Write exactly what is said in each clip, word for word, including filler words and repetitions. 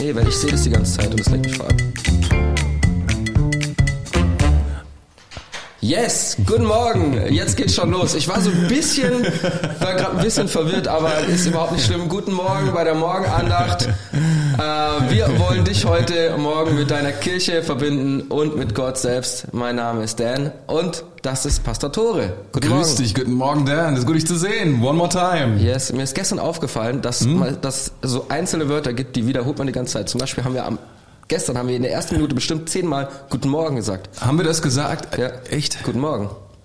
Nee, weil ich sehe das die ganze Zeit und das lenkt mich voll ab. Yes, guten Morgen, jetzt geht's schon los. Ich war so ein bisschen, war gerade ein bisschen verwirrt, aber ist überhaupt nicht schlimm. Guten Morgen bei der Morgenandacht. Äh, wir wollen dich heute Morgen mit deiner Kirche verbinden und mit Gott selbst. Mein Name ist Dan und das ist Pastor Tore. Guten Grüß Morgen. dich, guten Morgen Dan, es ist gut dich zu sehen. One more time. Yes, mir ist gestern aufgefallen, dass hm? es so einzelne Wörter gibt, die wiederholt man die ganze Zeit. Zum Beispiel haben wir am Gestern haben wir in der ersten Minute bestimmt zehnmal Guten Morgen gesagt. Haben wir das gesagt? Ja. Echt? Guten Morgen.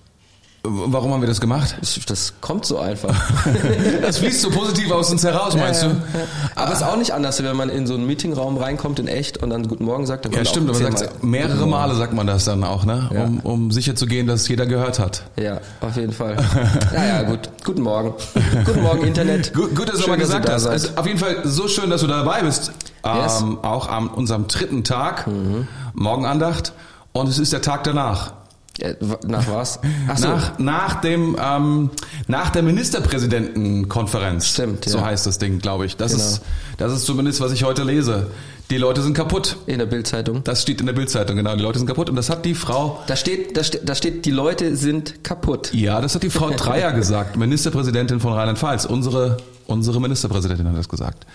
Warum haben wir das gemacht? Das kommt so einfach. Das fließt so positiv aus uns heraus, meinst ja, ja, du? Ja. Aber es ah. ist auch nicht anders, wenn man in so einen Meetingraum reinkommt in echt und dann Guten Morgen sagt. Dann ja, stimmt, aber man sagt, mehrere Male sagt man das dann auch, ne? Ja. Um, um sicher zu gehen, dass jeder gehört hat. Ja, auf jeden Fall. Naja, gut. Guten Morgen. Guten Morgen, Internet. Gut, gut dass du mal gesagt hast. Es ist auf jeden Fall so schön, dass du dabei bist. Yes. Ähm, auch an unserem dritten Tag, mhm. Morgenandacht. Und es ist der Tag danach. Ja, nach was? Ach so. Nach, nach dem, ähm, nach der Ministerpräsidentenkonferenz. Stimmt, ja. So heißt das Ding, glaube ich. Das genau. ist, das ist zumindest, was ich heute lese. Die Leute sind kaputt. In der Bild-Zeitung. Das steht in der Bild-Zeitung, genau. Die Leute sind kaputt. Und das hat die Frau... Da steht, da steht, da steht, die Leute sind kaputt. Ja, das hat die Frau Dreyer gesagt. Ministerpräsidentin von Rheinland-Pfalz. Unsere, unsere Ministerpräsidentin hat das gesagt.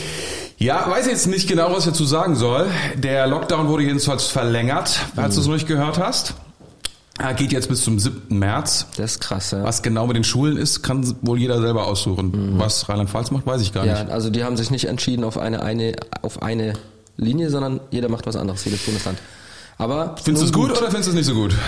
Ja, weiß jetzt nicht genau, was ich dazu sagen soll. Der Lockdown wurde jedenfalls verlängert, falls mhm. du es noch nicht gehört hast. Er geht jetzt bis zum siebten März. Das ist krass, ja. Was genau mit den Schulen ist, kann wohl jeder selber aussuchen. Mhm. Was Rheinland-Pfalz macht, weiß ich gar ja, nicht. Ja, also die haben sich nicht entschieden auf eine, eine, auf eine Linie, sondern jeder macht was anderes, jedes Bundesland. Aber findest du es gut oder findest du es nicht so gut?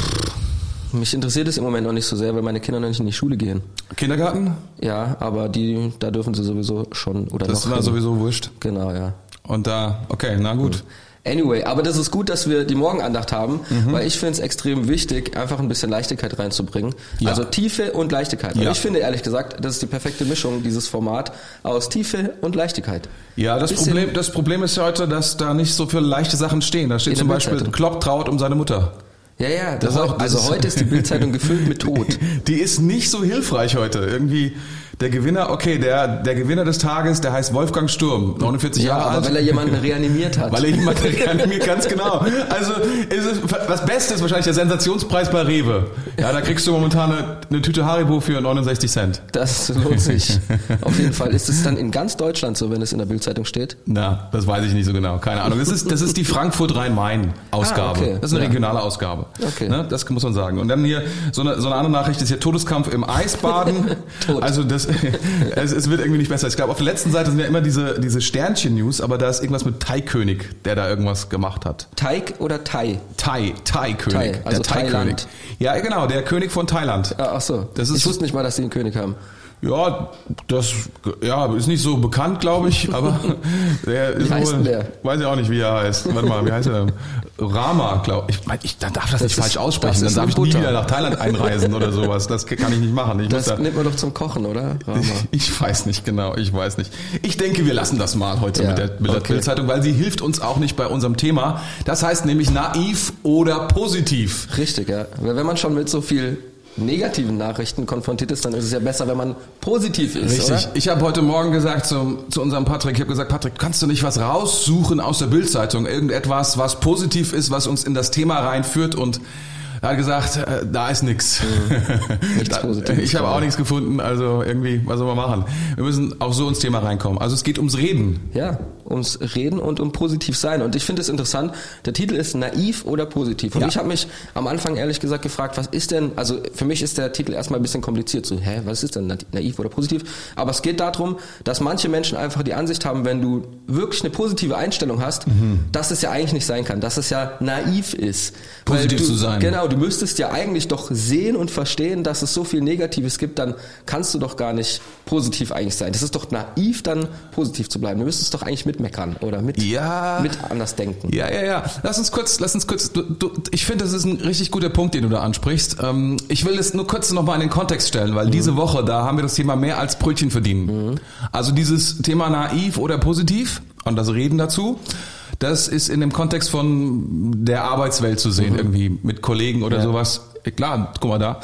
Mich interessiert es im Moment noch nicht so sehr, weil meine Kinder noch nicht in die Schule gehen. Kindergarten? Ja, aber die, da dürfen sie sowieso schon oder das noch. Das war sowieso wurscht. Genau, ja. Und da, okay, na gut. Anyway, aber das ist gut, dass wir die Morgenandacht haben, mhm. weil ich finde es extrem wichtig, einfach ein bisschen Leichtigkeit reinzubringen. Ja. Also Tiefe und Leichtigkeit. Und ja. ich finde ehrlich gesagt, das ist die perfekte Mischung, dieses Format, aus Tiefe und Leichtigkeit. Ja, das Problem, das Problem ist heute, dass da nicht so viele leichte Sachen stehen. Da steht zum Beispiel, Klopp trauert um seine Mutter. Ja, ja, das das auch, also ist heute ist die Bildzeitung gefüllt mit Tod. Die ist nicht so hilfreich heute. Irgendwie der Gewinner, okay, der der Gewinner des Tages, der heißt Wolfgang Sturm, neunundvierzig ja, Jahre aber alt. Weil er jemanden reanimiert hat. Weil er jemanden reanimiert, ganz genau. Also ist es, das Beste ist wahrscheinlich der Sensationspreis bei Rewe. Ja, da kriegst du momentan eine, eine Tüte Haribo für neunundsechzig Cent. Das lohnt sich. Auf jeden Fall. Ist es dann in ganz Deutschland so, wenn es in der Bildzeitung steht? Na, das weiß ich nicht so genau. Keine Ahnung. Das ist das ist die Frankfurt-Rhein-Main-Ausgabe. Ah, okay. Das ist eine regionale Ausgabe. Okay. Ne? Das muss man sagen. Und dann hier so eine so eine andere Nachricht ist hier Todeskampf im Eisbaden. Also das es, es wird irgendwie nicht besser. Ich glaube, auf der letzten Seite sind ja immer diese diese Sternchen-News, aber da ist irgendwas mit Thai-König, der da irgendwas gemacht hat. Teig oder Thai? Thai, Thai-König. Thai, also der Thai-König. Ja, genau, der König von Thailand. Ja, ach so. Das ist, ich wusste nicht mal, dass die einen König haben. Ja, das ja, ist nicht so bekannt, glaube ich, aber der wie ist heißt wohl, der? Weiß ich auch nicht, wie er heißt. Warte mal, wie heißt er denn? Rama, glaube ich. Ich, ich darf das, das nicht ist, falsch aussprechen, dann darf ich Butter. nie wieder nach Thailand einreisen oder sowas. Das kann ich nicht machen. Ich das muss da, nimmt man doch zum Kochen, oder? Rama. Ich, ich weiß nicht genau, ich weiß nicht. Ich denke, wir lassen das mal heute ja, mit der, mit der okay. Bildzeitung, weil sie hilft uns auch nicht bei unserem Thema. Das heißt nämlich naiv oder positiv. Richtig, ja. Wenn man schon mit so viel negativen Nachrichten konfrontiert ist, dann ist es ja besser, wenn man positiv ist. Richtig. Oder? Ich habe heute Morgen gesagt zu, zu unserem Patrick, ich habe gesagt, Patrick, kannst du nicht was raussuchen aus der Bildzeitung? Irgendetwas, was positiv ist, was uns in das Thema reinführt? Und er hat gesagt, äh, da ist nix. Mhm. Nichts Positives. Ich habe auch nichts gefunden, also irgendwie, was soll man machen? Wir müssen auch so ins Thema reinkommen. Also es geht ums Reden. Ja, ums Reden und um positiv sein. Und ich finde es interessant, der Titel ist naiv oder positiv. Und ja. ich habe mich am Anfang ehrlich gesagt gefragt, was ist denn, also für mich ist der Titel erstmal ein bisschen kompliziert. So, hä, was ist denn naiv oder positiv? Aber es geht darum, dass manche Menschen einfach die Ansicht haben, wenn du wirklich eine positive Einstellung hast, mhm. dass es ja eigentlich nicht sein kann, dass es ja naiv ist. Positiv du, zu sein. Genau, du müsstest ja eigentlich doch sehen und verstehen, dass es so viel Negatives gibt, dann kannst du doch gar nicht positiv eigentlich sein. Das ist doch naiv, dann positiv zu bleiben. Du müsstest doch eigentlich mitmeckern oder mit, ja. mit anders denken. Ja, ja, ja. Lass uns kurz, lass uns kurz, du, du, ich finde, das ist ein richtig guter Punkt, den du da ansprichst. Ähm, ich will das nur kurz nochmal in den Kontext stellen, weil mhm. diese Woche, da haben wir das Thema mehr als Brötchen verdienen. Mhm. Also dieses Thema naiv oder positiv und das Reden dazu, das ist in dem Kontext von der Arbeitswelt zu sehen, mhm. irgendwie mit Kollegen oder ja. sowas. Klar, guck mal da.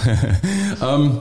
ähm,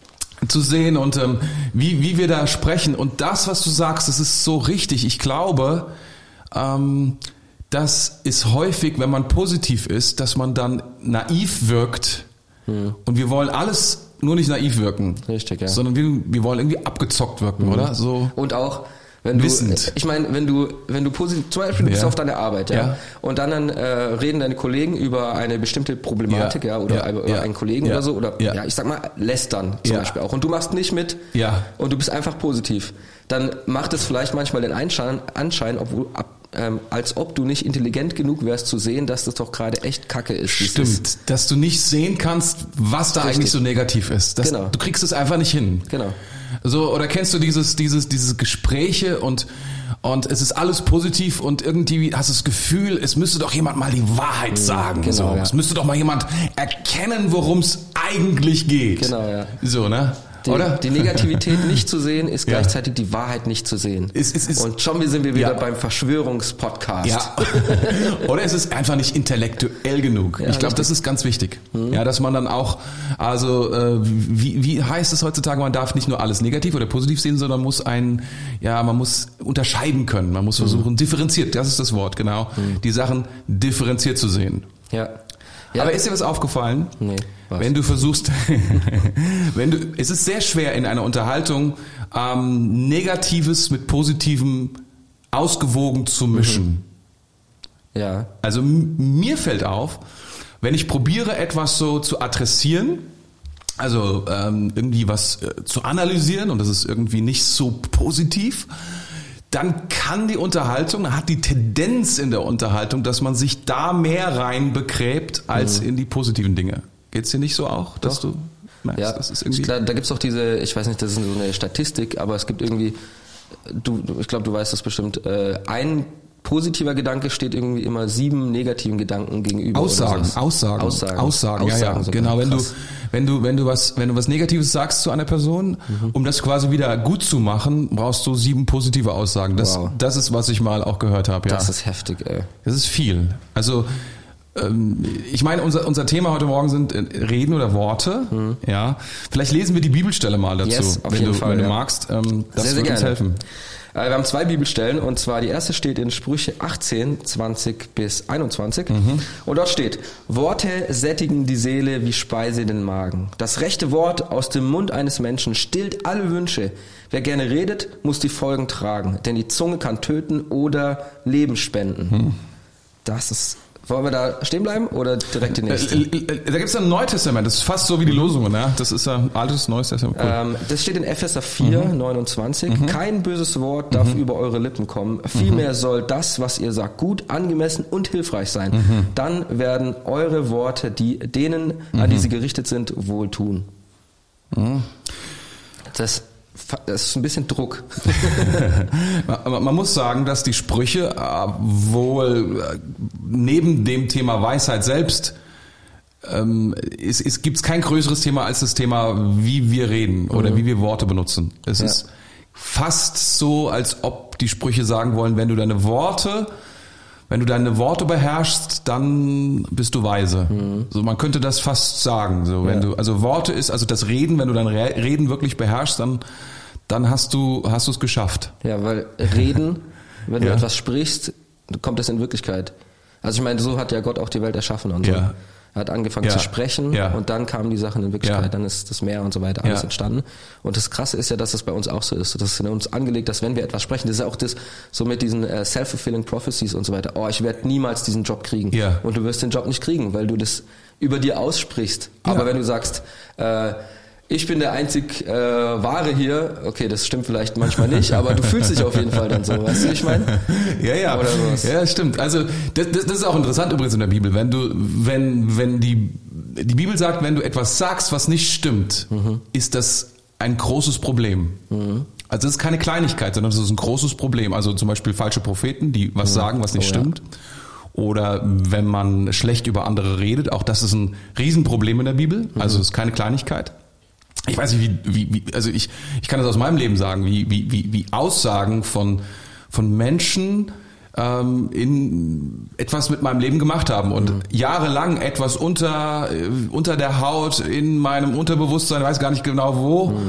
zu sehen und ähm, wie wie wir da sprechen. Und das, was du sagst, das ist so richtig. Ich glaube, ähm, dass es häufig, wenn man positiv ist, dass man dann naiv wirkt. Hm. Und wir wollen alles nur nicht naiv wirken. Richtig, ja. Sondern wir, wir wollen irgendwie abgezockt wirken, mhm. oder? So. Und auch, wenn du, wissend. Ich meine, wenn du, wenn du positiv, zum Beispiel du bist ja. auf deiner Arbeit, ja, ja. und dann, dann äh, reden deine Kollegen über eine bestimmte Problematik, ja, ja oder ja. über ja. einen Kollegen ja. oder so, oder ja. ja, ich sag mal, lästern zum ja. Beispiel auch. Und du machst nicht mit ja. und du bist einfach positiv. Dann macht es vielleicht manchmal den Anschein, Anschein obwohl, ab, ähm, als ob du nicht intelligent genug wärst zu sehen, dass das doch gerade echt Kacke ist. Stimmt, ist. Dass du nicht sehen kannst, was da Richtig. eigentlich so negativ ist. Das, genau. Du kriegst es einfach nicht hin. Genau. So, oder kennst du dieses, dieses, dieses Gespräche und und es ist alles positiv und irgendwie hast du das Gefühl, es müsste doch jemand mal die Wahrheit sagen. Genau, so. Ja. Es müsste doch mal jemand erkennen, worum es eigentlich geht. Genau, ja. So, ne? Die, Oder? Die Negativität nicht zu sehen, ist ja. gleichzeitig die Wahrheit nicht zu sehen. Ist, ist, ist, und schon sind wir wieder ja. beim Verschwörungspodcast. Ja. Oder es ist einfach nicht intellektuell genug. Ja, ich glaube, das ist ganz wichtig. Mhm. Ja, dass man dann auch, also äh, wie, wie heißt es heutzutage, man darf nicht nur alles negativ oder positiv sehen, sondern muss ein, ja, man muss unterscheiden können. Man muss versuchen, mhm. differenziert, das ist das Wort, genau, mhm. die Sachen differenziert zu sehen. Ja. Ja. Aber ist dir was aufgefallen? Nee. Was? Wenn du versuchst, wenn du, es ist sehr schwer in einer Unterhaltung ähm, Negatives mit Positivem ausgewogen zu mischen. Mhm. Ja. Also m- mir fällt auf, wenn ich probiere etwas so zu adressieren, also ähm, irgendwie was äh, zu analysieren und das ist irgendwie nicht so positiv, dann kann die Unterhaltung, hat die Tendenz in der Unterhaltung, dass man sich da mehr rein begräbt als mhm. in die positiven Dinge. Geht's dir nicht so auch, dass Doch. du merkst, ja, das ist irgendwie... Klar, da gibt's doch diese, ich weiß nicht, das ist so eine Statistik, aber es gibt irgendwie, du, ich glaube, du weißt das bestimmt, äh, ein positiver Gedanke steht irgendwie immer sieben negativen Gedanken gegenüber. Aussagen, oder Aussagen, Aussagen, Aussagen, ja, ja, genau. Wenn du, wenn du, wenn du was, wenn du was Negatives sagst zu einer Person, mhm. um das quasi wieder gut zu machen, brauchst du sieben positive Aussagen. Das, wow. das ist, was ich mal auch gehört habe. Ja. Das ist heftig, ey. Das ist viel. Also ähm, ich meine, unser unser Thema heute Morgen sind Reden oder Worte. Mhm. Ja, vielleicht lesen wir die Bibelstelle mal dazu, yes, auf wenn jeden du, Fall, wenn du ja. magst. Ähm, das sehr, wird sehr uns gerne. helfen. Wir haben zwei Bibelstellen und zwar die erste steht in Sprüche achtzehn, zwanzig bis einundzwanzig mhm. und dort steht: Worte sättigen die Seele wie Speise den Magen. Das rechte Wort aus dem Mund eines Menschen stillt alle Wünsche. Wer gerne redet, muss die Folgen tragen, denn die Zunge kann töten oder Leben spenden. Mhm. Das ist... Wollen wir da stehen bleiben oder direkt die nächste? Äh, äh, da gibt es ein Neues Testament, das ist fast so wie die Losungen, ne? Das ist ein altes, neues Testament. Cool. Ähm, das steht in Epheser vier, mhm. neunundzwanzig. Mhm. Kein böses Wort darf mhm. über eure Lippen kommen. Vielmehr mhm. soll das, was ihr sagt, gut, angemessen und hilfreich sein. Mhm. Dann werden eure Worte, die denen, mhm. an die sie gerichtet sind, wohltun. Mhm. Das Das ist ein bisschen Druck. man, man muss sagen, dass die Sprüche äh, wohl äh, neben dem Thema Weisheit selbst ähm, es, es gibt kein größeres Thema als das Thema, wie wir reden oder mhm. wie wir Worte benutzen. Es ja. ist fast so, als ob die Sprüche sagen wollen, wenn du deine Worte Wenn du deine Worte beherrschst, dann bist du weise. Mhm. So, man könnte das fast sagen. So, wenn ja. du, also Worte ist, also das Reden, wenn du dein Reden wirklich beherrschst, dann, dann hast du, hast du es geschafft. Ja, weil Reden, wenn ja. du etwas sprichst, kommt es in Wirklichkeit. Also ich meine, so hat ja Gott auch die Welt erschaffen und so. Ja. Er hat angefangen ja. zu sprechen ja. und dann kamen die Sachen in Wirklichkeit, ja. dann ist das Meer und so weiter alles ja. entstanden. Und das Krasse ist ja, dass das bei uns auch so ist. Das ist in uns angelegt, dass wenn wir etwas sprechen, das ist ja auch das, so mit diesen äh, self-fulfilling prophecies und so weiter. Oh, ich werde niemals diesen Job kriegen. Ja. Und du wirst den Job nicht kriegen, weil du das über dir aussprichst. Ja. Aber wenn du sagst, äh, ich bin der einzig äh, Wahre hier, okay, das stimmt vielleicht manchmal nicht, aber du fühlst dich auf jeden Fall dann so, weißt du, wie ich meine? Ja, ja. Oder sowas. Ja, stimmt. Also das, das, das ist auch interessant übrigens in der Bibel, wenn du, wenn, wenn die, die Bibel sagt, wenn du etwas sagst, was nicht stimmt, mhm. ist das ein großes Problem. Mhm. Also das ist keine Kleinigkeit, sondern das ist ein großes Problem. Also zum Beispiel falsche Propheten, die was mhm. sagen, was nicht oh, stimmt. Ja. Oder wenn man schlecht über andere redet, auch das ist ein Riesenproblem in der Bibel. Also es ist keine Kleinigkeit. Ich weiß nicht, wie, wie, wie also ich, ich kann das aus meinem Leben sagen, wie, wie, wie, wie Aussagen von, von Menschen ähm, in etwas mit meinem Leben gemacht haben und mhm. jahrelang etwas unter, unter der Haut, in meinem Unterbewusstsein, weiß gar nicht genau wo, mhm.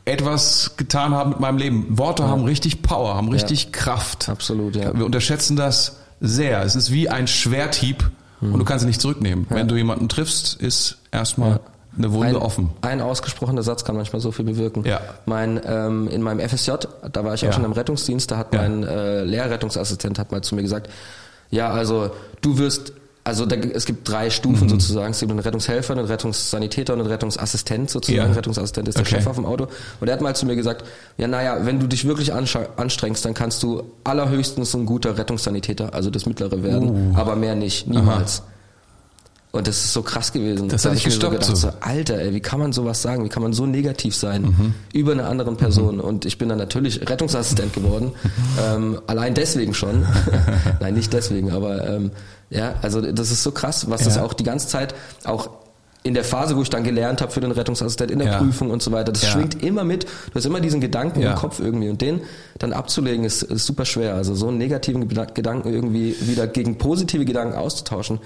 etwas getan haben mit meinem Leben. Worte ja. haben richtig Power, haben richtig ja. Kraft. Absolut, ja. Wir unterschätzen das sehr. Es ist wie ein Schwerthieb hm. und du kannst ihn nicht zurücknehmen. Ja. Wenn du jemanden triffst, ist erstmal ja. eine Wunde ein, offen. Ein ausgesprochener Satz kann manchmal so viel bewirken. Ja. Mein, ähm, in meinem F S J, da war ich auch ja. schon im Rettungsdienst, da hat ja. mein äh, Lehrrettungsassistent hat mal zu mir gesagt, ja, also du wirst, also da, es gibt drei Stufen mhm. sozusagen, es gibt einen Rettungshelfer, einen Rettungssanitäter und einen Rettungsassistent sozusagen. Ja. Rettungsassistent ist der okay. Chef auf dem Auto. Und er hat mal zu mir gesagt, ja naja, wenn du dich wirklich anstrengst, dann kannst du allerhöchstens ein guter Rettungssanitäter, also das mittlere werden, uh. aber mehr nicht, niemals. Aha. Und das ist so krass gewesen. Das da habe ich gestoppt. So gedacht, so. so, Alter, ey, wie kann man sowas sagen? Wie kann man so negativ sein mhm. über eine andere Person? Mhm. Und ich bin dann natürlich Rettungsassistent geworden. ähm, allein deswegen schon. Nein, nicht deswegen, aber ähm, ja, also das ist so krass, was ja. das auch die ganze Zeit, auch in der Phase, wo ich dann gelernt habe für den Rettungsassistent, in der ja. Prüfung und so weiter, das ja. schwingt immer mit. Du hast immer diesen Gedanken ja. im Kopf irgendwie und den dann abzulegen ist, ist super schwer. Also so einen negativen Gedanken irgendwie wieder gegen positive Gedanken auszutauschen.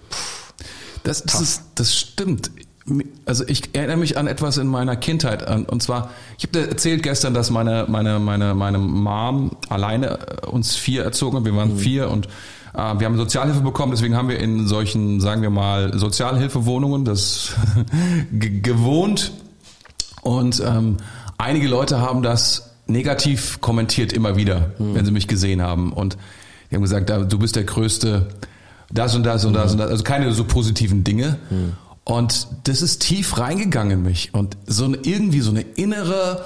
Das, das, ist, das stimmt. Also ich erinnere mich an etwas in meiner Kindheit an, und zwar, ich habe dir erzählt gestern, dass meine meine meine meine Mom alleine uns vier erzogen hat. Wir waren mhm. vier und äh, wir haben Sozialhilfe bekommen, deswegen haben wir in solchen, sagen wir mal, Sozialhilfewohnungen das g- gewohnt und ähm, einige Leute haben das negativ kommentiert immer wieder, mhm. wenn sie mich gesehen haben und die haben gesagt, du bist der größte das und das und das mhm. und das, also keine so positiven Dinge. Mhm. Und das ist tief reingegangen in mich. Und so eine, irgendwie so eine innere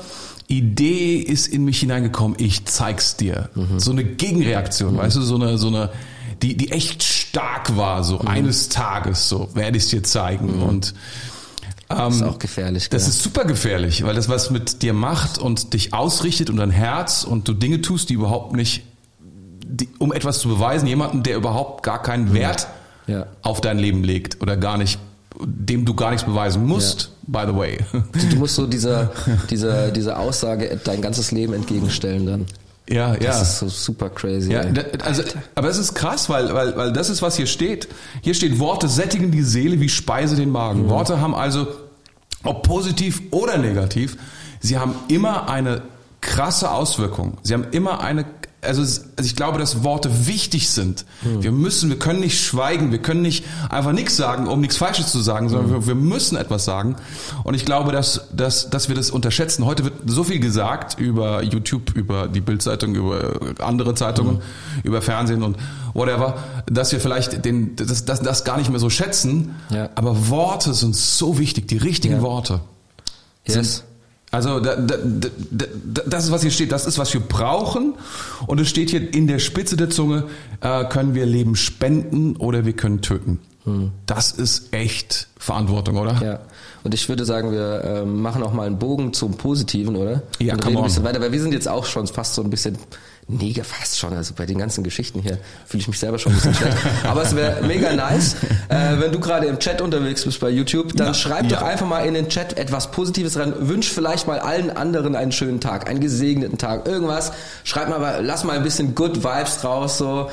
Idee ist in mich hineingekommen, ich zeig's dir. Mhm. So eine Gegenreaktion, mhm. weißt du, so eine, so eine, die, die echt stark war, so mhm. eines Tages, so werde ich es dir zeigen. Mhm. Und ähm, das ist auch gefährlich. Das gell? ist super gefährlich, weil das was mit dir macht und dich ausrichtet und dein Herz und du Dinge tust, die überhaupt nicht, die, um etwas zu beweisen, jemanden, der überhaupt gar keinen Wert ja. auf dein Leben legt oder gar nicht, dem du gar nichts beweisen musst, ja. by the way. Du, du musst so dieser, dieser, dieser Aussage dein ganzes Leben entgegenstellen dann. Ja, ja. Das ist so super crazy. Ja, also, aber es ist krass, weil, weil, weil das ist, was hier steht. Hier steht, Worte sättigen die Seele wie Speise den Magen. Mhm. Worte haben also, ob positiv oder negativ, sie haben immer eine krasse Auswirkung. Sie haben immer eine, also, also ich glaube, dass Worte wichtig sind. Mhm. Wir müssen, wir können nicht schweigen, wir können nicht einfach nichts sagen, um nichts Falsches zu sagen, sondern mhm. wir, wir müssen etwas sagen. Und ich glaube, dass, dass, dass wir das unterschätzen. Heute wird so viel gesagt über YouTube, über die Bild-Zeitung, über andere Zeitungen, mhm. über Fernsehen und whatever, dass wir vielleicht den, das, das, das gar nicht mehr so schätzen. Ja. Aber Worte sind so wichtig, die richtigen ja. Worte. Yes. Sind, Also da, da, da, das ist, was hier steht, das ist, was wir brauchen. Und es steht hier in der Spitze der Zunge, äh, können wir Leben spenden oder wir können töten. Hm. Das ist echt Verantwortung, oder? Ja. Und ich würde sagen, wir äh, machen auch mal einen Bogen zum Positiven, oder? Ja, und reden ein bisschen weiter, weil wir sind jetzt auch schon fast so ein bisschen Neger, fast schon, also bei den ganzen Geschichten hier fühle ich mich selber schon ein bisschen schlecht. Aber es wäre mega nice, äh, wenn du gerade im Chat unterwegs bist bei YouTube, dann ja, schreib ja. doch einfach mal in den Chat etwas Positives rein. Wünsch vielleicht mal allen anderen einen schönen Tag, einen gesegneten Tag, irgendwas. Schreib mal, lass mal ein bisschen Good Vibes raus, so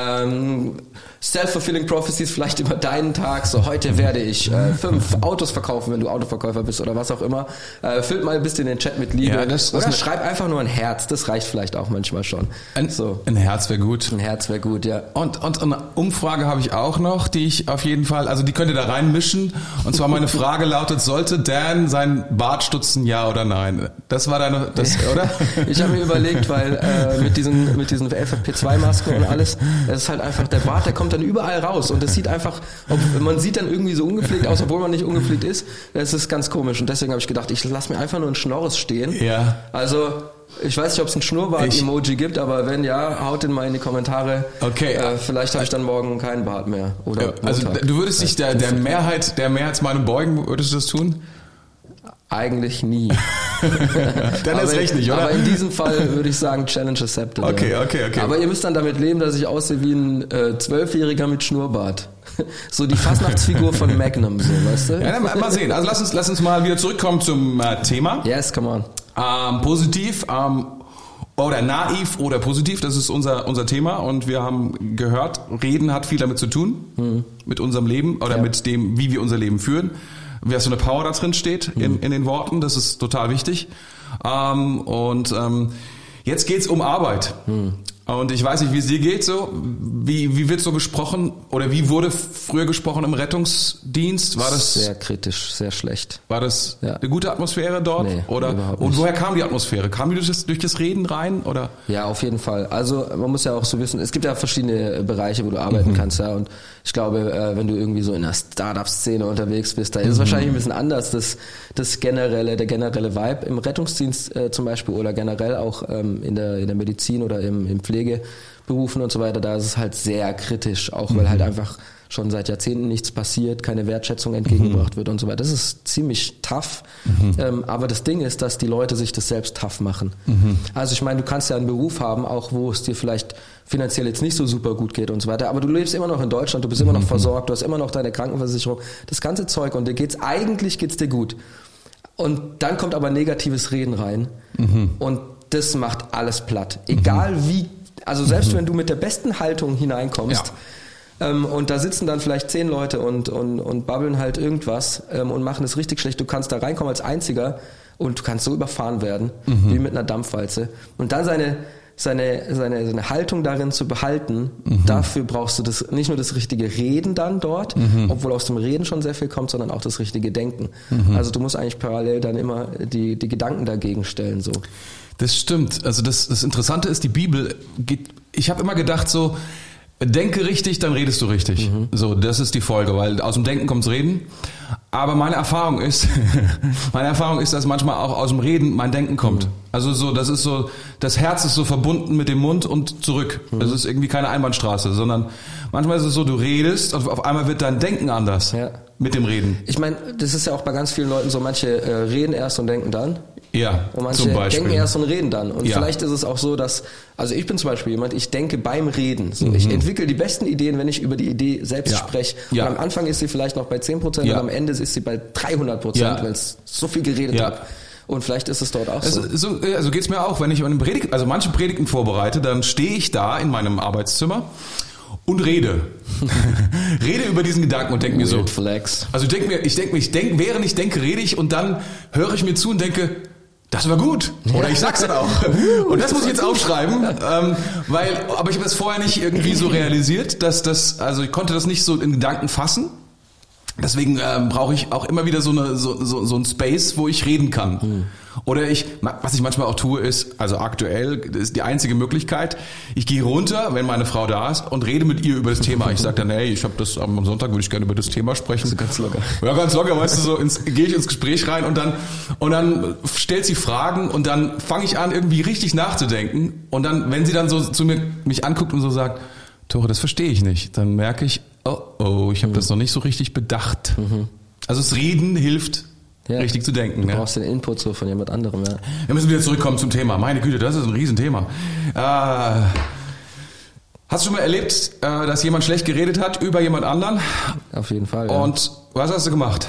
ähm, Self-fulfilling Prophecies vielleicht über deinen Tag. So, heute werde ich äh, fünf Autos verkaufen, wenn du Autoverkäufer bist oder was auch immer. Äh, füllt mal ein bisschen den Chat mit Liebe. Ja, das, oder das schreib einfach nur ein Herz, das reicht vielleicht auch manchmal schon. Ein, so. ein Herz wäre gut. Ein Herz wäre gut, ja. Und, und eine Umfrage habe ich auch noch, die ich auf jeden Fall, also die könnt ihr da reinmischen. Und zwar meine Frage lautet, sollte Dan seinen Bart stutzen, ja oder nein? Das war deine, das, oder? Ich habe mir überlegt, weil äh, mit diesen mit diesen F F P zwei Masken und alles, es ist halt einfach, der Bart, der kommt dann überall raus und es sieht einfach, ob, man sieht dann irgendwie so ungepflegt aus, obwohl man nicht ungepflegt ist. Das ist ganz komisch und deswegen habe ich gedacht, ich lasse mir einfach nur einen Schnorres stehen. Ja. Also ich weiß nicht, ob es ein Schnurrbart-Emoji gibt, aber wenn ja, haut den mal in die Kommentare. Okay. Äh, vielleicht habe ich dann morgen keinen Bart mehr. Oder ja, also du würdest dich der, der Mehrheit, der Mehrheitsmeinung beugen, würdest du das tun? Eigentlich nie. Dann ist recht nicht, oder? Aber in diesem Fall würde ich sagen, Challenge accepted. Okay, ja. okay, okay. Aber ihr müsst dann damit leben, dass ich aussehe wie ein äh, Zwölfjähriger mit Schnurrbart. So die Fastnachtsfigur von Magnum, so, weißt du? Ja, dann mal sehen. Also lass uns, lass uns mal wieder zurückkommen zum äh, Thema. Yes, come on. Ähm, positiv, ähm, oder naiv oder positiv, das ist unser unser Thema und wir haben gehört, Reden hat viel damit zu tun, hm. mit unserem Leben oder ja. mit dem, wie wir unser Leben führen. wie so eine Power da drin steht in, mhm. in den Worten. Das ist total wichtig. Ähm, und ähm, jetzt geht's um Arbeit. Mhm. Und ich weiß nicht, wie es dir geht so. Wie, wie wird so gesprochen oder wie wurde früher gesprochen im Rettungsdienst? War das sehr kritisch, sehr schlecht. War das ja. eine gute Atmosphäre dort? Nee, oder und woher kam die Atmosphäre? Kam die durch das, durch das Reden rein? Oder? Ja, auf jeden Fall. Also man muss ja auch so wissen, es gibt ja verschiedene Bereiche, wo du arbeiten mhm. kannst, ja. Und ich glaube, wenn du irgendwie so in der Startup-Szene unterwegs bist, da ist es mhm. wahrscheinlich ein bisschen anders, das, das generelle, der generelle Vibe im Rettungsdienst äh, zum Beispiel oder generell auch ähm, in der in der Medizin oder im, im Pflegeberufen und so weiter, da ist es halt sehr kritisch, auch weil mhm. halt einfach schon seit Jahrzehnten nichts passiert, keine Wertschätzung entgegengebracht mhm. wird und so weiter. Das ist ziemlich tough, mhm. ähm, aber das Ding ist, dass die Leute sich das selbst tough machen. Mhm. Also ich meine, du kannst ja einen Beruf haben, auch wo es dir vielleicht finanziell jetzt nicht so super gut geht und so weiter, aber du lebst immer noch in Deutschland, du bist immer noch mhm. versorgt, du hast immer noch deine Krankenversicherung, das ganze Zeug und dir geht's, eigentlich geht's dir gut. Und dann kommt aber negatives Reden rein mhm. und das macht alles platt. Egal mhm. wie, also selbst mhm. wenn du mit der besten Haltung hineinkommst, ja. ähm, und da sitzen dann vielleicht zehn Leute und, und, und babbeln halt irgendwas ähm, und machen es richtig schlecht, du kannst da reinkommen als Einziger und du kannst so überfahren werden, mhm. wie mit einer Dampfwalze. Und dann seine, seine, seine, seine Haltung darin zu behalten, mhm. dafür brauchst du das, nicht nur das richtige Reden dann dort, mhm. obwohl aus dem Reden schon sehr viel kommt, sondern auch das richtige Denken. Mhm. Also du musst eigentlich parallel dann immer die, die Gedanken dagegen stellen, so. Das stimmt. Also das, das Interessante ist, die Bibel geht, ich habe immer gedacht so, denke richtig, dann redest du richtig. Mhm. So, das ist die Folge, weil aus dem Denken kommt's Reden. Aber meine Erfahrung ist, meine Erfahrung ist, dass manchmal auch aus dem Reden mein Denken kommt. Mhm. Also so, das ist so, das Herz ist so verbunden mit dem Mund und zurück. Mhm. Das ist irgendwie keine Einbahnstraße, sondern manchmal ist es so, du redest und auf einmal wird dein Denken anders ja. mit dem Reden. Ich meine, das ist ja auch bei ganz vielen Leuten so, manche äh, reden erst und denken dann. Ja, und manche zum Beispiel. denken erst und reden dann. Und ja. vielleicht ist es auch so, dass, also ich bin zum Beispiel jemand, ich denke beim Reden. So, mhm. Ich entwickle die besten Ideen, wenn ich über die Idee selbst ja. spreche. Und ja. am Anfang ist sie vielleicht noch bei zehn Prozent ja. und am Ende ist sie bei dreihundert Prozent, ja. weil es so viel geredet ja. hat. Und vielleicht ist es dort auch also, so. So also geht's mir auch, wenn ich eine Predigt, also manche Predigten vorbereite, dann stehe ich da in meinem Arbeitszimmer und rede. rede über diesen Gedanken und denke mir so. Flex. Also ich denke mir, ich denke mir, ich denke, während ich denke, rede ich und dann höre ich mir zu und denke, das war gut. Oder ich sag's dann auch. Und das muss ich jetzt aufschreiben, ähm, weil, aber ich habe es vorher nicht irgendwie so realisiert, dass das, also ich konnte das nicht so in Gedanken fassen. Deswegen ähm, brauche ich auch immer wieder so eine so so so ein Space, wo ich reden kann. Mhm. Oder ich, was ich manchmal auch tue, ist, also aktuell das ist die einzige Möglichkeit, ich gehe runter, wenn meine Frau da ist und rede mit ihr über das Thema. Ich sage dann, hey, ich habe das am Sonntag, würde ich gerne über das Thema sprechen. Also ganz locker. Ja, ganz locker, weißt du, so ins, gehe ich ins Gespräch rein und dann und dann stellt sie Fragen und dann fange ich an, irgendwie richtig nachzudenken. Und dann, wenn sie dann so zu mir mich anguckt und so sagt, Tore, das verstehe ich nicht, dann merke ich, oh oh, ich habe mhm. das noch nicht so richtig bedacht. Mhm. Also das Reden hilft, ja. richtig zu denken. Du ja. brauchst den Input so von jemand anderem. Ja. Wir müssen wieder zurückkommen zum Thema. Meine Güte, das ist ein Riesenthema. Äh, hast du schon mal erlebt, äh, dass jemand schlecht geredet hat über jemand anderen? Auf jeden Fall. Ja. Und was hast du gemacht?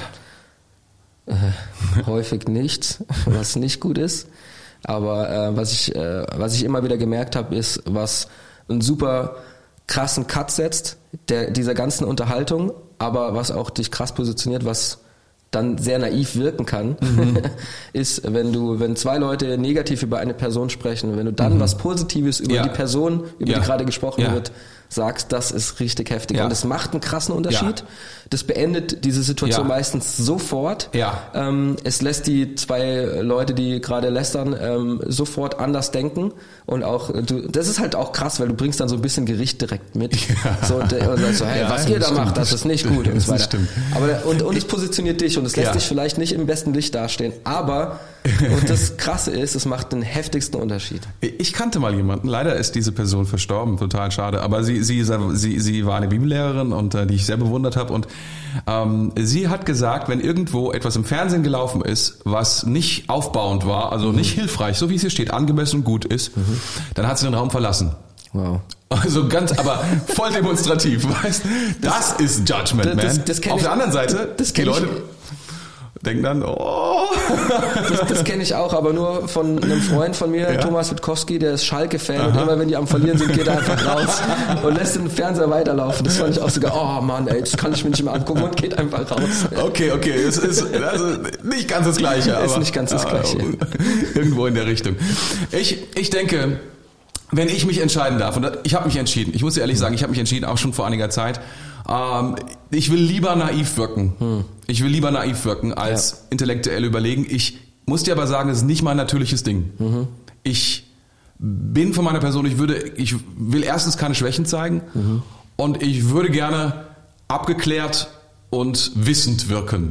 Äh, häufig nichts, was nicht gut ist. Aber äh, was ich äh, was ich immer wieder gemerkt habe, ist, was einen super krassen Cut setzt, der dieser ganzen Unterhaltung, aber was auch dich krass positioniert, was dann sehr naiv wirken kann, mhm. ist, wenn du, wenn zwei Leute negativ über eine Person sprechen, wenn du dann mhm. was Positives über ja. die Person, über ja. die gerade gesprochen ja. wird, sagst, das ist richtig heftig. Ja. Und es macht einen krassen Unterschied. Ja. Das beendet diese Situation ja. meistens sofort. Ja. Ähm, es lässt die zwei Leute, die gerade lästern, ähm, sofort anders denken. Und auch, du, das ist halt auch krass, weil du bringst dann so ein bisschen Gericht direkt mit. Ja. So, und, und sagst so, hey, ja, was ihr da macht, das ist nicht gut. Und so weiter. Stimmt. Aber, und, und es positioniert dich und es lässt ja. dich vielleicht nicht im besten Licht dastehen. Aber, und das Krasse ist, es macht den heftigsten Unterschied. Ich kannte mal jemanden, leider ist diese Person verstorben, total schade, aber sie Sie, sie, sie war eine Bibellehrerin und äh, die ich sehr bewundert habe und ähm, sie hat gesagt, wenn irgendwo etwas im Fernsehen gelaufen ist, was nicht aufbauend war, also mhm. nicht hilfreich, so wie es hier steht, angemessen und gut ist, mhm. dann hat sie den Raum verlassen. Wow. Also ganz, aber voll demonstrativ, weißt? Das, das ist Judgment, das, man. Das, das Auf ich, der anderen Seite, das die Leute... denken dann, oh. Das, das kenne ich auch, aber nur von einem Freund von mir, ja? Thomas Witkowski, der ist Schalke-Fan und immer wenn die am Verlieren sind, geht er einfach raus und lässt den Fernseher weiterlaufen. Das fand ich auch sogar, oh Mann, ey, das kann ich mir nicht mehr angucken und geht einfach raus. Okay, okay, es ist also nicht ganz das Gleiche. Aber, ist nicht ganz das Gleiche. Irgendwo in der Richtung. Ich, ich denke, wenn ich mich entscheiden darf, und ich habe mich entschieden, ich muss dir ehrlich sagen, ich habe mich entschieden, auch schon vor einiger Zeit, ähm, ich will lieber naiv wirken. Hm. Ich will lieber naiv wirken, als ja. intellektuell überlegen. Ich muss dir aber sagen, es ist nicht mein natürliches Ding. Mhm. Ich bin von meiner Person, ich würde, ich will erstens keine Schwächen zeigen mhm. und ich würde gerne abgeklärt und wissend wirken.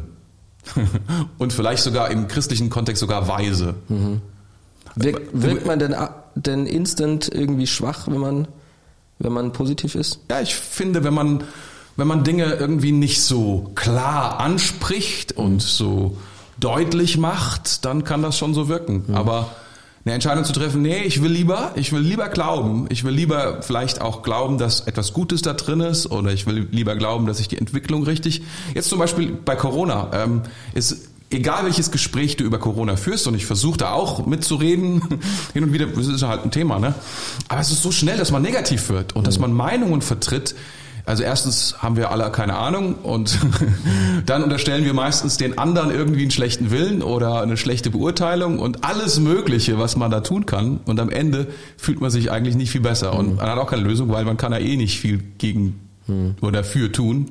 Und vielleicht sogar im christlichen Kontext sogar weise. Mhm. Wirkt, wirkt man denn, denn instant irgendwie schwach, wenn man, wenn man positiv ist? Ja, ich finde, wenn man, wenn man Dinge irgendwie nicht so klar anspricht und so deutlich macht, dann kann das schon so wirken. Mhm. Aber eine Entscheidung zu treffen, nee, ich will lieber, ich will lieber glauben, ich will lieber vielleicht auch glauben, dass etwas Gutes da drin ist, oder ich will lieber glauben, dass ich die Entwicklung richtig, jetzt zum Beispiel bei Corona, ähm, ist egal welches Gespräch du über Corona führst, und ich versuche da auch mitzureden, hin und wieder, das ist halt ein Thema, ne? Aber es ist so schnell, dass man negativ wird und mhm. dass man Meinungen vertritt. Also erstens haben wir alle keine Ahnung und dann unterstellen wir meistens den anderen irgendwie einen schlechten Willen oder eine schlechte Beurteilung und alles Mögliche, was man da tun kann. Und am Ende fühlt man sich eigentlich nicht viel besser. Mhm. Und man hat auch keine Lösung, weil man kann ja eh nicht viel gegen mhm. oder für tun.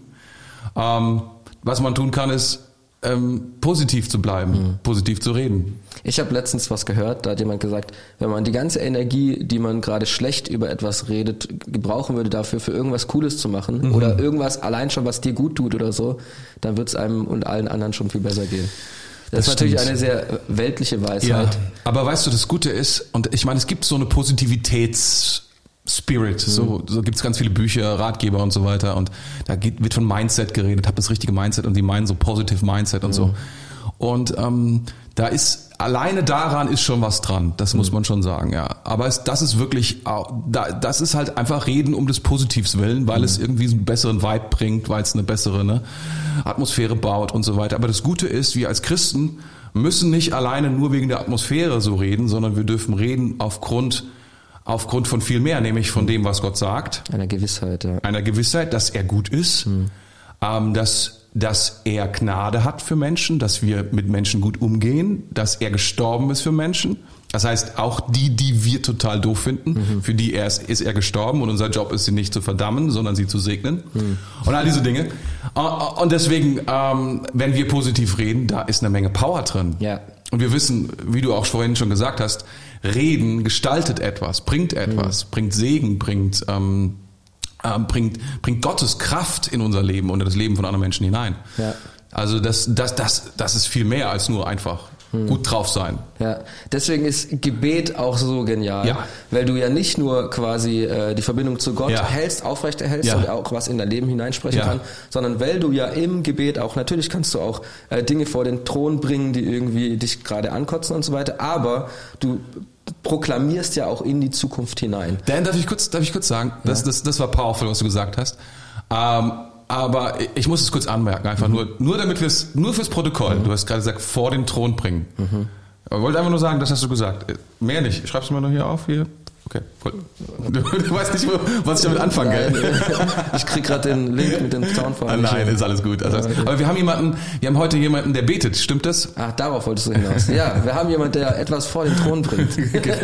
Ähm, was man tun kann, ist ähm, positiv zu bleiben, mhm. positiv zu reden. Ich habe letztens was gehört, da hat jemand gesagt, wenn man die ganze Energie, die man gerade schlecht über etwas redet, gebrauchen würde dafür, für irgendwas Cooles zu machen mhm. oder irgendwas allein schon, was dir gut tut oder so, dann wird es einem und allen anderen schon viel besser gehen. Das, das ist natürlich stimmt. Eine sehr weltliche Weisheit. Ja, aber weißt du, das Gute ist, und ich meine, es gibt so eine Positivitäts- Spirit, so, mhm. so gibt's ganz viele Bücher, Ratgeber und so weiter, und da geht, wird von Mindset geredet, hab das richtige Mindset, und die meinen so Positive Mindset und mhm. so. Und ähm, da ist, alleine daran ist schon was dran, das mhm. muss man schon sagen, ja. Aber es, das ist wirklich, das ist halt einfach Reden um des Positivs willen, weil mhm. es irgendwie einen besseren Vibe bringt, weil es eine bessere ne, Atmosphäre baut und so weiter. Aber das Gute ist, wir als Christen müssen nicht alleine nur wegen der Atmosphäre so reden, sondern wir dürfen reden aufgrund Aufgrund von viel mehr, nämlich von dem, was Gott sagt. Einer Gewissheit, ja. Einer Gewissheit, dass er gut ist, hm. ähm, dass, dass er Gnade hat für Menschen, dass wir mit Menschen gut umgehen, dass er gestorben ist für Menschen. Das heißt, auch die, die wir total doof finden, mhm. für die er ist, ist er gestorben, und unser Job ist, sie nicht zu verdammen, sondern sie zu segnen. Mhm. Und all diese Dinge. Und deswegen, ähm, wenn wir positiv reden, da ist eine Menge Power drin. Ja. Und wir wissen, wie du auch vorhin schon gesagt hast, Reden gestaltet etwas, bringt etwas, mhm. bringt Segen, bringt, ähm, äh, bringt, bringt Gottes Kraft in unser Leben und in das Leben von anderen Menschen hinein. Ja. Also das, das, das, das ist viel mehr als nur einfach hm. gut drauf sein. Ja, deswegen ist Gebet auch so genial, ja. weil du ja nicht nur quasi äh, die Verbindung zu Gott ja. hältst, aufrechterhältst ja. und auch was in dein Leben hineinsprechen ja. kann, sondern weil du ja im Gebet auch, natürlich kannst du auch äh, Dinge vor den Thron bringen, die irgendwie dich gerade ankotzen und so weiter, aber du proklamierst ja auch in die Zukunft hinein. Dan, darf ich kurz, darf ich kurz sagen, das, ja. das, das war powerful, was du gesagt hast. Ähm, aber ich muss es kurz anmerken, einfach mhm. nur, nur damit wir es, nur fürs Protokoll. Mhm. Du hast gerade gesagt, vor den Thron bringen. Mhm. Ich wollte einfach nur sagen, das hast du gesagt. Mehr nicht. Schreib's mal noch hier auf, hier. Okay, cool. Du, du weißt nicht, was ich damit anfangen will. Ich krieg gerade den Link mit dem Soundfile. Nein, ist alles gut. Also, okay. Aber wir haben jemanden, wir haben heute jemanden, der betet. Stimmt das? Ach, darauf wolltest du hinaus. Ja, wir haben jemanden, der etwas vor den Thron bringt. Genau.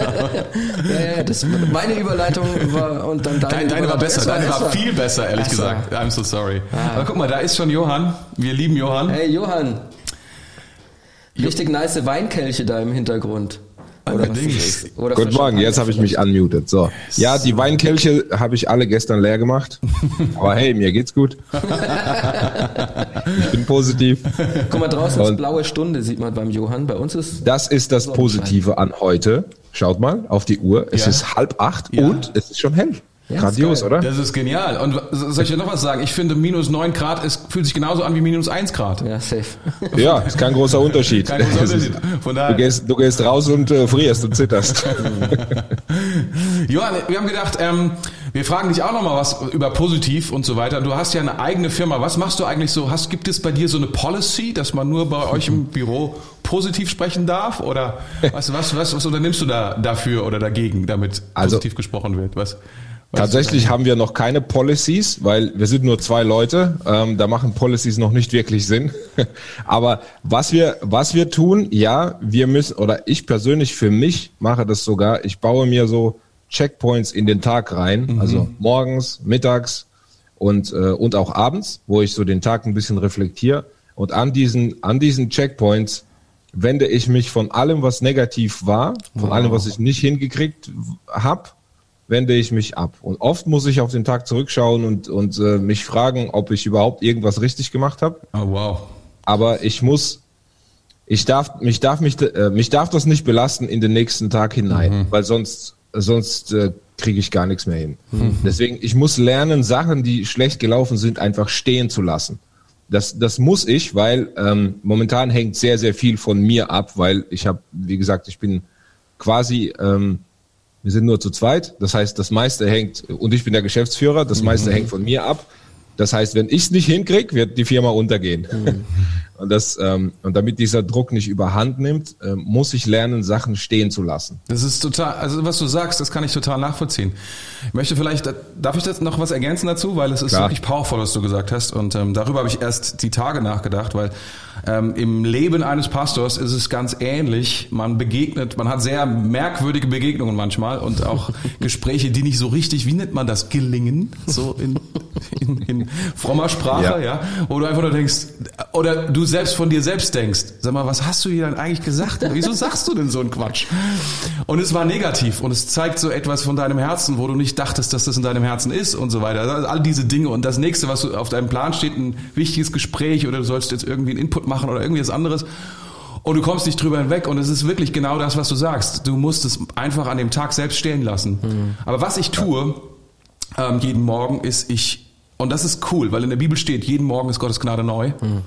Ja, ja, das, meine Überleitung war, und dann deine. Deine, deine war besser. Deine war, war viel besser, ehrlich Ach, gesagt. I'm so sorry. Ah. Aber guck mal, da ist schon Johann. Wir lieben Johann. Hey, Johann. Richtig nice Weinkelche da im Hintergrund. Oder Oder Guten Morgen, jetzt habe ich mich unmuted. So. Ja, die Weinkelche habe ich alle gestern leer gemacht. Aber hey, mir geht's gut. Ich bin positiv. Guck mal, draußen ist blaue Stunde, sieht man beim Johann. Bei uns ist... Das ist das Positive an heute. Schaut mal auf die Uhr. Es ja. ist halb acht ja. und es ist schon hell. Ja, grandios, oder? Das ist genial. Und soll ich dir noch was sagen? Ich finde, minus neun Grad ist, fühlt sich genauso an wie minus eins Grad. Ja, safe. Ja, ist kein großer Unterschied. Kein großer Unterschied. Von daher. Du gehst, du gehst raus und äh, frierst und zitterst. Johann, wir haben gedacht, ähm, Wir fragen dich auch nochmal was über positiv und so weiter. Du hast ja eine eigene Firma. Was machst du eigentlich so? Hast, gibt es bei dir so eine Policy, dass man nur bei euch im Büro positiv sprechen darf? Oder was, was, was, was unternimmst du da dafür oder dagegen, damit also, positiv gesprochen wird? Was, was tatsächlich haben wir noch keine Policies, weil wir sind nur zwei Leute. Ähm, da machen Policies noch nicht wirklich Sinn. Aber was wir, was wir tun, ja, wir müssen, oder ich persönlich für mich mache das sogar, ich baue mir so Checkpoints in den Tag rein, mhm. also morgens, mittags und äh, und auch abends, wo ich so den Tag ein bisschen reflektiere. Und an diesen an diesen Checkpoints wende ich mich von allem, was negativ war, von wow. allem, was ich nicht hingekriegt habe, wende ich mich ab. Und oft muss ich auf den Tag zurückschauen und und äh, mich fragen, ob ich überhaupt irgendwas richtig gemacht habe. Oh wow! Aber ich muss, ich darf mich darf mich äh, mich darf das nicht belasten in den nächsten Tag hinein, mhm. weil sonst Sonst äh, kriege ich gar nichts mehr hin. Mhm. Deswegen, ich muss lernen, Sachen, die schlecht gelaufen sind, einfach stehen zu lassen. Das, das muss ich, weil ähm, momentan hängt sehr, sehr viel von mir ab, weil ich habe, wie gesagt, ich bin quasi, ähm, wir sind nur zu zweit. Das heißt, das meiste hängt, und ich bin der Geschäftsführer, das meiste mhm. hängt von mir ab. Das heißt, wenn ich es nicht hinkriege, wird die Firma untergehen. Mhm. Und das ähm, und damit dieser Druck nicht überhand nimmt, äh, muss ich lernen, Sachen stehen zu lassen. Das ist total, also was du sagst, das kann ich total nachvollziehen. Ich möchte vielleicht, darf ich das noch was ergänzen dazu, weil es ist Klar. wirklich powerful, was du gesagt hast. Und ähm, darüber habe ich erst die Tage nachgedacht, weil ähm, im Leben eines Pastors ist es ganz ähnlich. Man begegnet, man hat sehr merkwürdige Begegnungen manchmal und auch Gespräche, die nicht so richtig, wie nennt man das, gelingen, so in, in, in frommer Sprache, ja. ja, wo du einfach nur denkst, oder du selbst von dir selbst denkst, sag mal, was hast du hier dann eigentlich gesagt? Wieso sagst du denn so einen Quatsch? Und es war negativ und es zeigt so etwas von deinem Herzen, wo du nicht dachtest, dass das in deinem Herzen ist und so weiter. Also all diese Dinge und das nächste, was auf deinem Plan steht, ein wichtiges Gespräch oder du sollst jetzt irgendwie einen Input machen oder irgendwie was anderes und du kommst nicht drüber hinweg und es ist wirklich genau das, was du sagst. Du musst es einfach an dem Tag selbst stehen lassen. Mhm. Aber was ich tue ähm, jeden Morgen ist, ich, und das ist cool, weil in der Bibel steht, jeden Morgen ist Gottes Gnade neu. Mhm.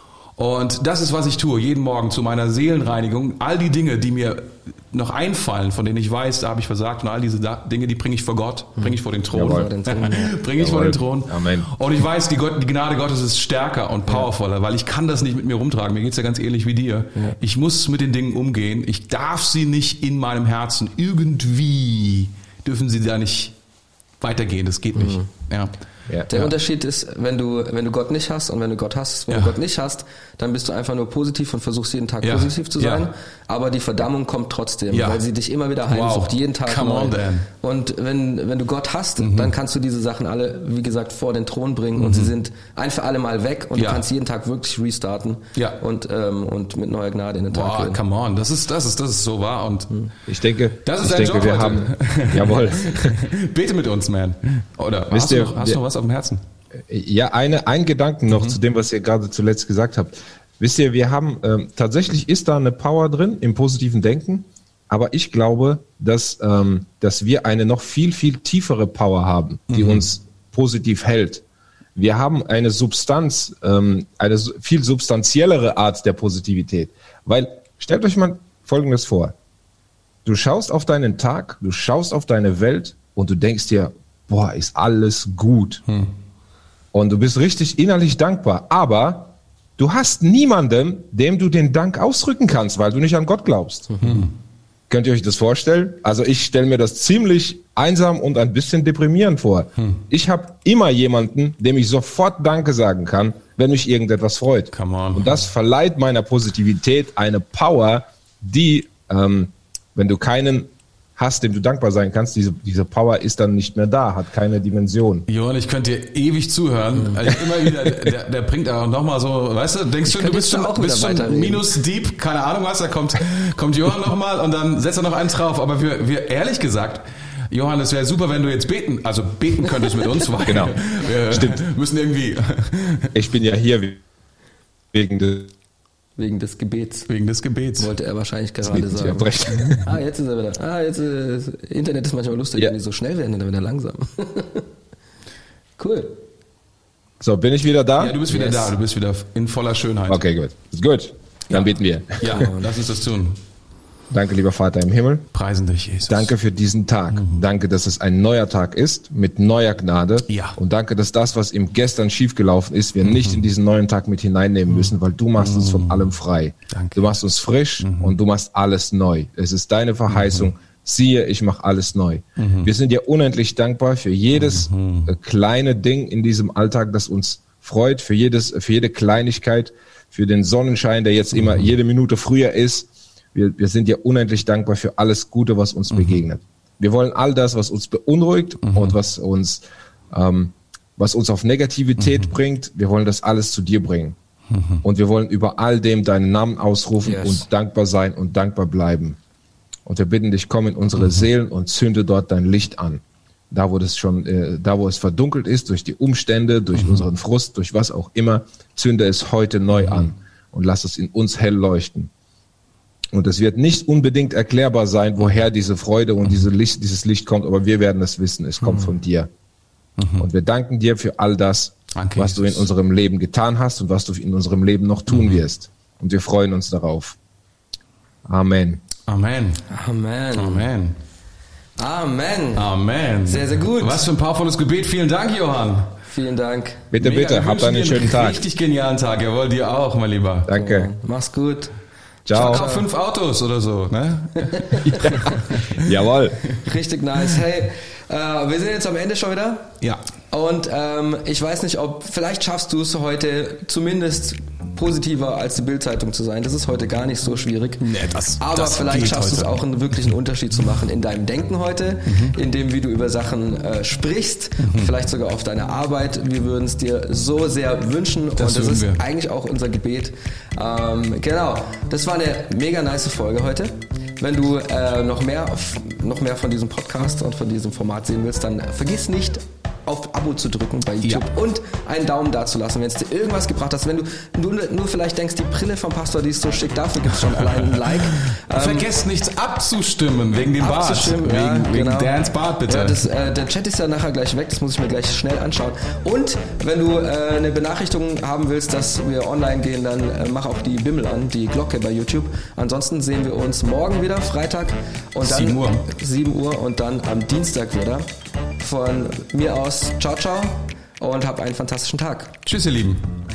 Und das ist, was ich tue, jeden Morgen zu meiner Seelenreinigung. All die Dinge, die mir noch einfallen, von denen ich weiß, da habe ich versagt, und all diese Dinge, die bringe ich vor Gott, bringe ich vor den Thron. bringe ich vor den Thron. Amen. Und ich weiß, die, Gott, die Gnade Gottes ist stärker und powervoller, weil ich kann das nicht mit mir rumtragen. Mir geht's ja ganz ähnlich wie dir. Ja. Ich muss mit den Dingen umgehen. Ich darf sie nicht in meinem Herzen. Irgendwie dürfen sie da nicht weitergehen. Das geht nicht. Mhm. Ja. Ja, der ja. Unterschied ist, wenn du wenn du Gott nicht hast und wenn du Gott hast, wenn ja. du Gott nicht hast, dann bist du einfach nur positiv und versuchst jeden Tag ja. positiv zu sein, ja. aber die Verdammung kommt trotzdem, ja. weil sie dich immer wieder heimsucht, wow. jeden Tag Come neu. On, then. Und wenn wenn du Gott hast, mhm. dann kannst du diese Sachen alle, wie gesagt, vor den Thron bringen mhm. und sie sind ein für alle Mal weg und ja. du kannst jeden Tag wirklich restarten ja. und ähm, und mit neuer Gnade in den Tag wow, gehen. Come on, das ist das ist das ist so wahr und ich denke, das ist ich dein denke, Job wir heute. haben jawohl. Bete mit uns, man. Oder Wisst hast, du ihr, noch, hast du noch was auf dem Herzen? Ja, eine, ein Gedanken noch mhm. zu dem, was ihr gerade zuletzt gesagt habt. Wisst ihr, wir haben, ähm, tatsächlich ist da eine Power drin im positiven Denken, aber ich glaube, dass, ähm, dass wir eine noch viel, viel tiefere Power haben, die mhm. uns positiv hält. Wir haben eine Substanz, ähm, eine viel substanziellere Art der Positivität. Weil, stellt euch mal Folgendes vor. Du schaust auf deinen Tag, du schaust auf deine Welt und du denkst dir, boah, ist alles gut. Mhm. Und du bist richtig innerlich dankbar. Aber du hast niemanden, dem du den Dank ausdrücken kannst, weil du nicht an Gott glaubst. Mhm. Könnt ihr euch das vorstellen? Also ich stelle mir das ziemlich einsam und ein bisschen deprimierend vor. Mhm. Ich habe immer jemanden, dem ich sofort Danke sagen kann, wenn mich irgendetwas freut. Come on. Und das verleiht meiner Positivität eine Power, die, ähm, wenn du keinen hast, dem du dankbar sein kannst, diese, diese Power ist dann nicht mehr da, hat keine Dimension. Johann, ich könnte dir ewig zuhören. Also immer wieder, der, der bringt auch nochmal so, weißt du, denkst du, du bist schon, bist schon minus deep, keine Ahnung was, da kommt, kommt Johann nochmal und dann setzt er noch einen drauf. Aber wir, wir ehrlich gesagt, Johann, es wäre super, wenn du jetzt beten, also beten könntest mit uns, weil genau. wir Stimmt. müssen irgendwie. Ich bin ja hier wegen des Wegen des Gebets. Wegen des Gebets. Wollte er wahrscheinlich gerade sagen. Ah, jetzt ist er wieder. Ah, jetzt ist, Internet ist manchmal lustig, ja. wenn die so schnell werden, dann wieder langsam. Cool. So, bin ich wieder da? Ja, du bist wieder yes. da. Du bist wieder in voller Schönheit. Okay, gut. Ist gut. Dann ja. beten wir. Ja, lass uns das tun. Danke, lieber Vater im Himmel. Preisen dich, Jesus. Danke für diesen Tag. Mhm. Danke, dass es ein neuer Tag ist mit neuer Gnade. Ja. Und danke, dass das, was im gestern schiefgelaufen ist, wir mhm. nicht in diesen neuen Tag mit hineinnehmen müssen, weil du machst mhm. uns von allem frei. Danke. Du machst uns frisch mhm. und du machst alles neu. Es ist deine Verheißung. Mhm. Siehe, ich mache alles neu. Mhm. Wir sind dir unendlich dankbar für jedes mhm. kleine Ding in diesem Alltag, das uns freut, für jedes, für jede Kleinigkeit, für den Sonnenschein, der jetzt immer mhm. jede Minute früher ist. Wir, wir sind dir unendlich dankbar für alles Gute, was uns mhm. begegnet. Wir wollen all das, was uns beunruhigt mhm. und was uns, ähm, was uns auf Negativität mhm. bringt, wir wollen das alles zu dir bringen. Mhm. Und wir wollen über all dem deinen Namen ausrufen yes. und dankbar sein und dankbar bleiben. Und wir bitten dich, komm in unsere mhm. Seelen und zünde dort dein Licht an. Da, wo das schon, äh, da, wo es verdunkelt ist, durch die Umstände, durch mhm. unseren Frust, durch was auch immer, zünde es heute neu mhm. an und lass es in uns hell leuchten. Und es wird nicht unbedingt erklärbar sein, woher diese Freude und mhm. diese Licht, dieses Licht kommt, aber wir werden es wissen. Es kommt mhm. von dir. Mhm. Und wir danken dir für all das, Danke, was Jesus. Du in unserem Leben getan hast und was du in unserem Leben noch tun mhm. wirst. Und wir freuen uns darauf. Amen. Amen. Amen. Amen. Amen. Amen. Sehr, sehr gut. Was für ein powervolles Gebet. Vielen Dank, Johann. Vielen Dank. Bitte, Mega, bitte. Habt einen schönen Tag. Richtig genialen Tag. Jawohl, dir auch, mein Lieber. Danke. Oh, mach's gut. Ciao. Ich verkaufe fünf Autos oder so, ne? ja. Jawohl. Richtig nice. Hey, äh, wir sind jetzt am Ende schon wieder. Ja. Und ähm, ich weiß nicht, ob, vielleicht schaffst du es heute zumindest positiver als die Bild-Zeitung zu sein. Das ist heute gar nicht so schwierig. Nee, das, Aber das vielleicht schaffst du es auch, einen wirklichen Unterschied zu machen in deinem Denken heute, mhm. in dem, wie du über Sachen äh, sprichst, mhm. vielleicht sogar auf deine Arbeit. Wir würden es dir so sehr wünschen das und das ist wir. eigentlich auch unser Gebet. Ähm, genau, das war eine mega nice Folge heute. Wenn du äh, noch mehr, noch mehr von diesem Podcast und von diesem Format sehen willst, dann vergiss nicht, auf Abo zu drücken bei YouTube ja. und einen Daumen da zu lassen, wenn es dir irgendwas gebracht hat. Wenn du nur, nur vielleicht denkst, die Brille vom Pastor, die ist so schick, dafür gibt es schon allein ein Like. Ähm, Vergesst nichts abzustimmen, wegen dem Bart. Abzustimmen, wegen, ja, wegen genau. Dans Bart, bitte. Ja, das, äh, der Chat ist ja nachher gleich weg, das muss ich mir gleich schnell anschauen. Und wenn du äh, eine Benachrichtigung haben willst, dass wir online gehen, dann äh, mach auch die Bimmel an, die Glocke bei YouTube. Ansonsten sehen wir uns morgen wieder, Freitag. Und dann sieben Uhr. sieben Uhr und dann am Dienstag wieder. Von mir aus, ciao, ciao und hab einen fantastischen Tag. Tschüss, ihr Lieben.